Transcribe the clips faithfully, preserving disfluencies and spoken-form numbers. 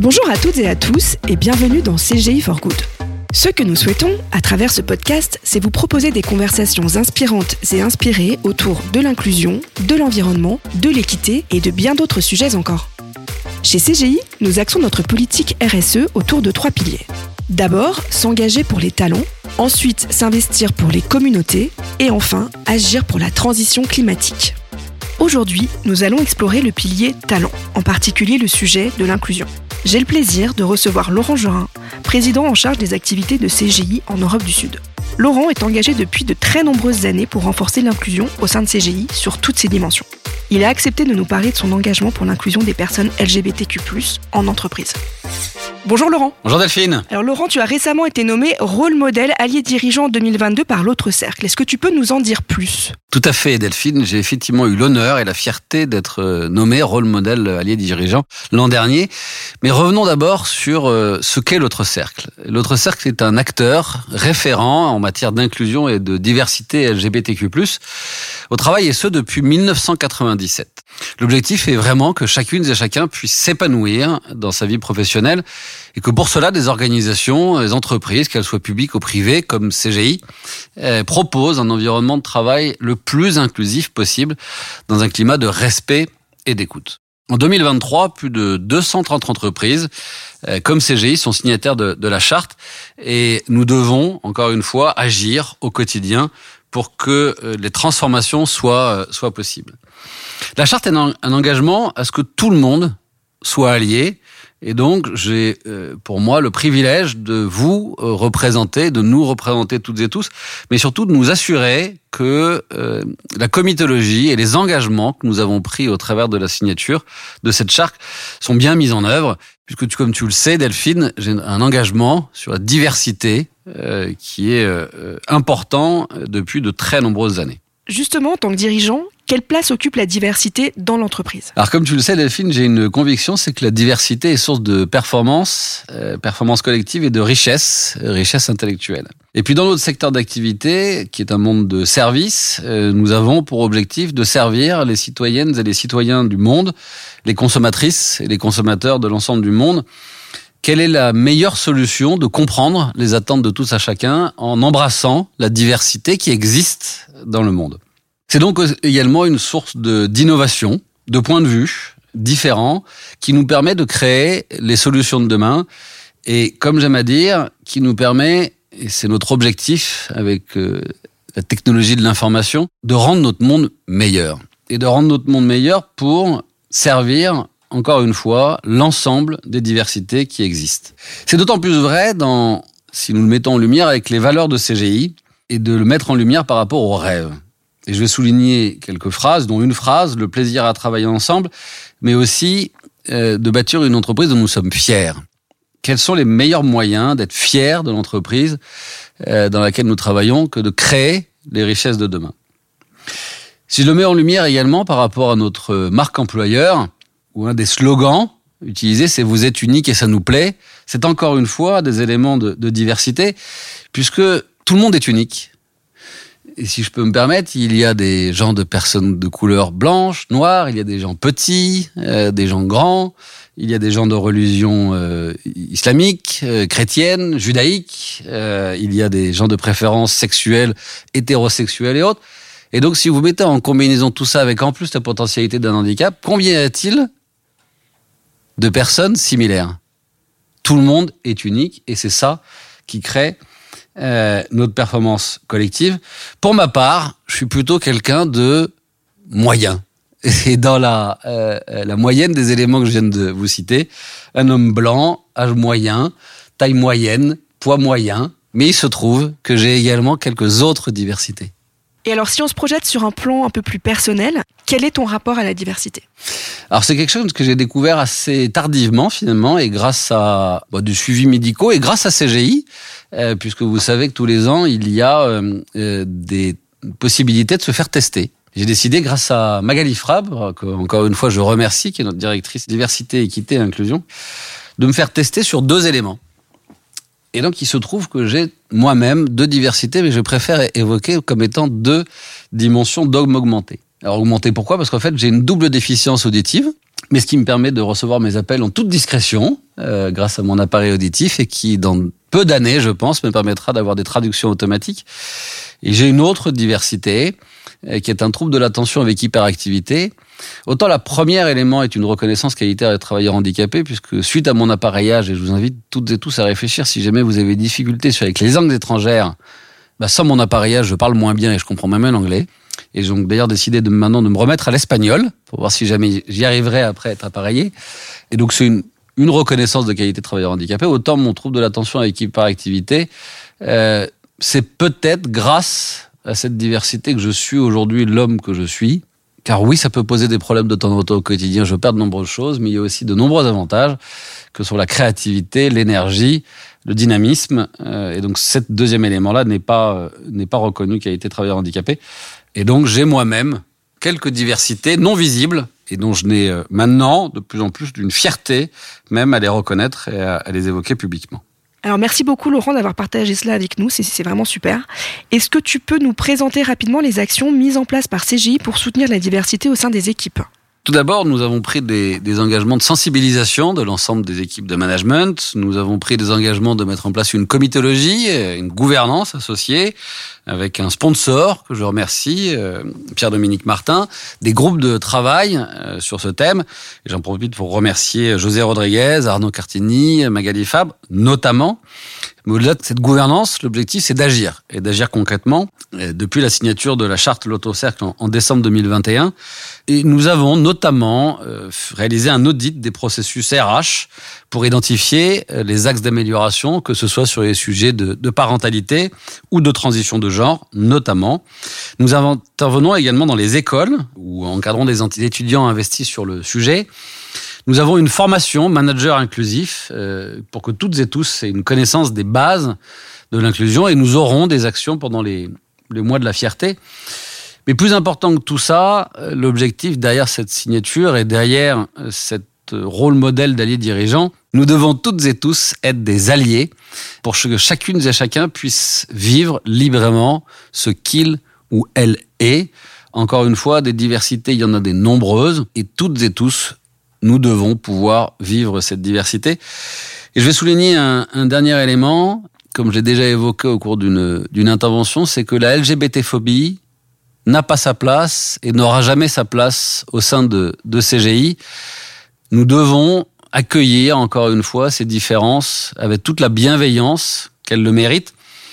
Bonjour à toutes et à tous et bienvenue dans C G I for Good. Ce que nous souhaitons, à travers ce podcast, c'est vous proposer des conversations inspirantes et inspirées autour de l'inclusion, de l'environnement, de l'équité et de bien d'autres sujets encore. Chez C G I, nous axons notre politique R S E autour de trois piliers. D'abord, s'engager pour les talents, ensuite s'investir pour les communautés et enfin, agir pour la transition climatique. Aujourd'hui, nous allons explorer le pilier talent, en particulier le sujet de l'inclusion. J'ai le plaisir de recevoir Laurent Gerin, président en charge des activités de C G I en Europe du Sud. Laurent est engagé depuis de très nombreuses années pour renforcer l'inclusion au sein de C G I sur toutes ses dimensions. Il a accepté de nous parler de son engagement pour l'inclusion des personnes L G B T Q plus, en entreprise. Bonjour Laurent. Bonjour Delphine. Alors Laurent, tu as récemment été nommé rôle modèle allié dirigeant deux mille vingt-deux par l'Autre Cercle. Est-ce que tu peux nous en dire plus ? Tout à fait Delphine, j'ai effectivement eu l'honneur et la fierté d'être nommé rôle modèle allié dirigeant l'an dernier. Mais revenons d'abord sur ce qu'est l'Autre Cercle. L'Autre Cercle est un acteur référent en matière d'inclusion et de diversité L G B T Q plus, au travail et ce depuis mille neuf cent quatre-vingt-dix-sept. L'objectif est vraiment que chacune et chacun puisse s'épanouir dans sa vie professionnelle et que pour cela, des organisations, des entreprises, qu'elles soient publiques ou privées, comme C G I, eh, proposent un environnement de travail le plus inclusif possible dans un climat de respect et d'écoute. En deux mille vingt-trois, plus de deux cent trente entreprises, eh, comme C G I, sont signataires de, de la charte et nous devons, encore une fois, agir au quotidien pour que euh, les transformations soient, euh, soient possibles. La charte est un, un engagement à ce que tout le monde soit allié. Et donc, j'ai euh, pour moi le privilège de vous euh, représenter, de nous représenter toutes et tous, mais surtout de nous assurer que euh, la comitologie et les engagements que nous avons pris au travers de la signature de cette charte sont bien mis en œuvre, puisque tu, comme tu le sais, Delphine, j'ai un engagement sur la diversité euh, qui est euh, important depuis de très nombreuses années. Justement, en tant que dirigeant, quelle place occupe la diversité dans l'entreprise ? Alors comme tu le sais Delphine, j'ai une conviction, c'est que la diversité est source de performance, euh, performance collective et de richesse, euh, richesse intellectuelle. Et puis dans notre secteur d'activité, qui est un monde de services, euh, nous avons pour objectif de servir les citoyennes et les citoyens du monde, les consommatrices et les consommateurs de l'ensemble du monde. Quelle est la meilleure solution de comprendre les attentes de tous à chacun en embrassant la diversité qui existe dans le monde ? C'est donc également une source de, d'innovation, de points de vue différents, qui nous permet de créer les solutions de demain et, comme j'aime à dire, qui nous permet, et c'est notre objectif avec euh, la technologie de l'information, de rendre notre monde meilleur. Et de rendre notre monde meilleur pour servir, encore une fois, l'ensemble des diversités qui existent. C'est d'autant plus vrai dans, si nous le mettons en lumière avec les valeurs de C G I et de le mettre en lumière par rapport aux rêves. Et je vais souligner quelques phrases, dont une phrase, le plaisir à travailler ensemble, mais aussi euh, de bâtir une entreprise dont nous sommes fiers. Quels sont les meilleurs moyens d'être fiers de l'entreprise euh, dans laquelle nous travaillons que de créer les richesses de demain ? Si je le mets en lumière également par rapport à notre marque employeur, où un des slogans utilisés, c'est « vous êtes unique et ça nous plaît », c'est encore une fois des éléments de, de diversité, puisque tout le monde est unique. Et si je peux me permettre, il y a des gens de personnes de couleur blanche, noire, il y a des gens petits, euh, des gens grands, il y a des gens de religion euh, islamique, euh, chrétienne, judaïque, euh, il y a des gens de préférence sexuelle, hétérosexuelle et autres. Et donc, si vous mettez en combinaison tout ça avec en plus la potentialité d'un handicap, combien y a-t-il de personnes similaires ? Tout le monde est unique et c'est ça qui crée Euh, notre performance collective. Pour ma part, je suis plutôt quelqu'un de moyen. Et dans la, euh, la moyenne des éléments que je viens de vous citer, un homme blanc, âge moyen, taille moyenne, poids moyen, mais il se trouve que j'ai également quelques autres diversités. Et alors, si on se projette sur un plan un peu plus personnel, quel est ton rapport à la diversité ? Alors, c'est quelque chose que j'ai découvert assez tardivement, finalement, et grâce à bah, du suivi médicaux et grâce à C G I, euh, puisque vous savez que tous les ans, il y a euh, euh, des possibilités de se faire tester. J'ai décidé, grâce à Magali Frabre, que, encore une fois, je remercie, qui est notre directrice diversité, équité et inclusion, de me faire tester sur deux éléments. Et donc, il se trouve que j'ai moi-même deux diversités, mais je préfère évoquer comme étant deux dimensions d'homme augmenté. Alors, augmenté, pourquoi ? Parce qu'en fait, j'ai une double déficience auditive. mais ce qui me permet de recevoir mes appels en toute discrétion, euh, grâce à mon appareil auditif, et qui, dans peu d'années, je pense, me permettra d'avoir des traductions automatiques. Et j'ai une autre diversité, euh, qui est un trouble de l'attention avec hyperactivité. Autant la première élément est une reconnaissance qualité des travailleurs handicapés, puisque suite à mon appareillage, et je vous invite toutes et tous à réfléchir, si jamais vous avez des difficultés avec les langues étrangères, bah, sans mon appareillage, je parle moins bien et je comprends même l'anglais. Et j'ai donc d'ailleurs décidé de maintenant de me remettre à l'espagnol, pour voir si jamais j'y arriverai après être appareillé. Et donc c'est une, une reconnaissance de qualité de travailleur handicapé. Autant mon trouble de l'attention avec hyperactivité, euh, c'est peut-être grâce à cette diversité que je suis aujourd'hui l'homme que je suis. Car oui, ça peut poser des problèmes de temps en temps au quotidien, je perds de nombreuses choses, mais il y a aussi de nombreux avantages, que sont la créativité, l'énergie, le dynamisme. Euh, et donc, ce deuxième élément-là n'est pas, euh, n'est pas reconnu qualité de travailleur handicapé. Et donc, j'ai moi-même quelques diversités non visibles, et dont je n'ai euh, maintenant de plus en plus d'une fierté, même à les reconnaître et à, à les évoquer publiquement. Alors merci beaucoup Laurent d'avoir partagé cela avec nous, c'est, c'est vraiment super. Est-ce que tu peux nous présenter rapidement les actions mises en place par C G I pour soutenir la diversité au sein des équipes ? Tout d'abord, nous avons pris des, des engagements de sensibilisation de l'ensemble des équipes de management. Nous avons pris des engagements de mettre en place une comitologie, une gouvernance associée, avec un sponsor que je remercie, euh, Pierre-Dominique Martin, des groupes de travail euh, sur ce thème. Et j'en profite pour remercier José Rodriguez, Arnaud Cartini, Magali Fabre, notamment. Mais au-delà de cette gouvernance, l'objectif, c'est d'agir, et d'agir concrètement. Et depuis la signature de la charte Lotto-Cercle en, en décembre deux mille vingt et un, et nous avons notamment euh, réalisé un audit des processus R H pour identifier les axes d'amélioration, que ce soit sur les sujets de, de parentalité ou de transition de genre, notamment. Nous intervenons également dans les écoles, où encadrons des étudiants investis sur le sujet. Nous avons une formation manager inclusif euh, pour que toutes et tous aient une connaissance des bases de l'inclusion, et nous aurons des actions pendant les, les mois de la fierté. Mais plus important que tout ça, l'objectif derrière cette signature et derrière cette rôle modèle d'alliés dirigeants, nous devons toutes et tous être des alliés pour que chacune et chacun puisse vivre librement ce qu'il ou elle est. Encore une fois, des diversités, il y en a des nombreuses, et toutes et tous, nous devons pouvoir vivre cette diversité. Et je vais souligner un, un dernier élément, comme j'ai déjà évoqué au cours d'une, d'une intervention, c'est que la L G B T-phobie n'a pas sa place et n'aura jamais sa place au sein de, de C G I. Nous devons accueillir, encore une fois, ces différences avec toute la bienveillance qu'elles le méritent.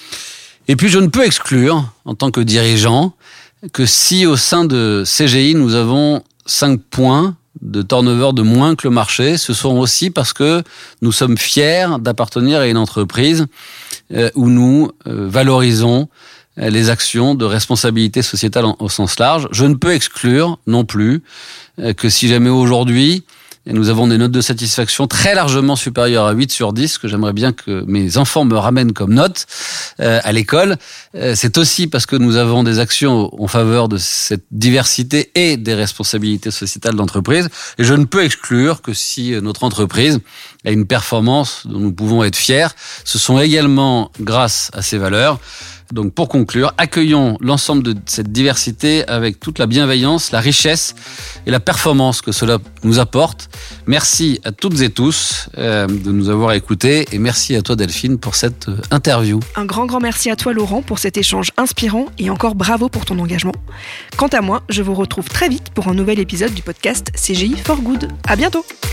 Et puis, je ne peux exclure, en tant que dirigeant, que si au sein de C G I, nous avons cinq points de turnover de moins que le marché, ce sont aussi parce que nous sommes fiers d'appartenir à une entreprise où nous valorisons les actions de responsabilité sociétale au sens large. Je ne peux exclure non plus que si jamais aujourd'hui, nous avons des notes de satisfaction très largement supérieures à huit sur dix, que j'aimerais bien que mes enfants me ramènent comme note euh, à l'école. Euh, c'est aussi parce que nous avons des actions en faveur de cette diversité et des responsabilités sociétales d'entreprise. Et je ne peux exclure que si notre entreprise a une performance dont nous pouvons être fiers, ce sont également grâce à ces valeurs. Donc pour conclure, accueillons l'ensemble de cette diversité avec toute la bienveillance, la richesse et la performance que cela nous apporte. Merci à toutes et tous euh, de nous avoir écoutés, et merci à toi Delphine pour cette euh, interview. Un grand grand merci à toi Laurent pour cet échange inspirant, et encore bravo pour ton engagement. Quant à moi, je vous retrouve très vite pour un nouvel épisode du podcast C G I for Good. À bientôt.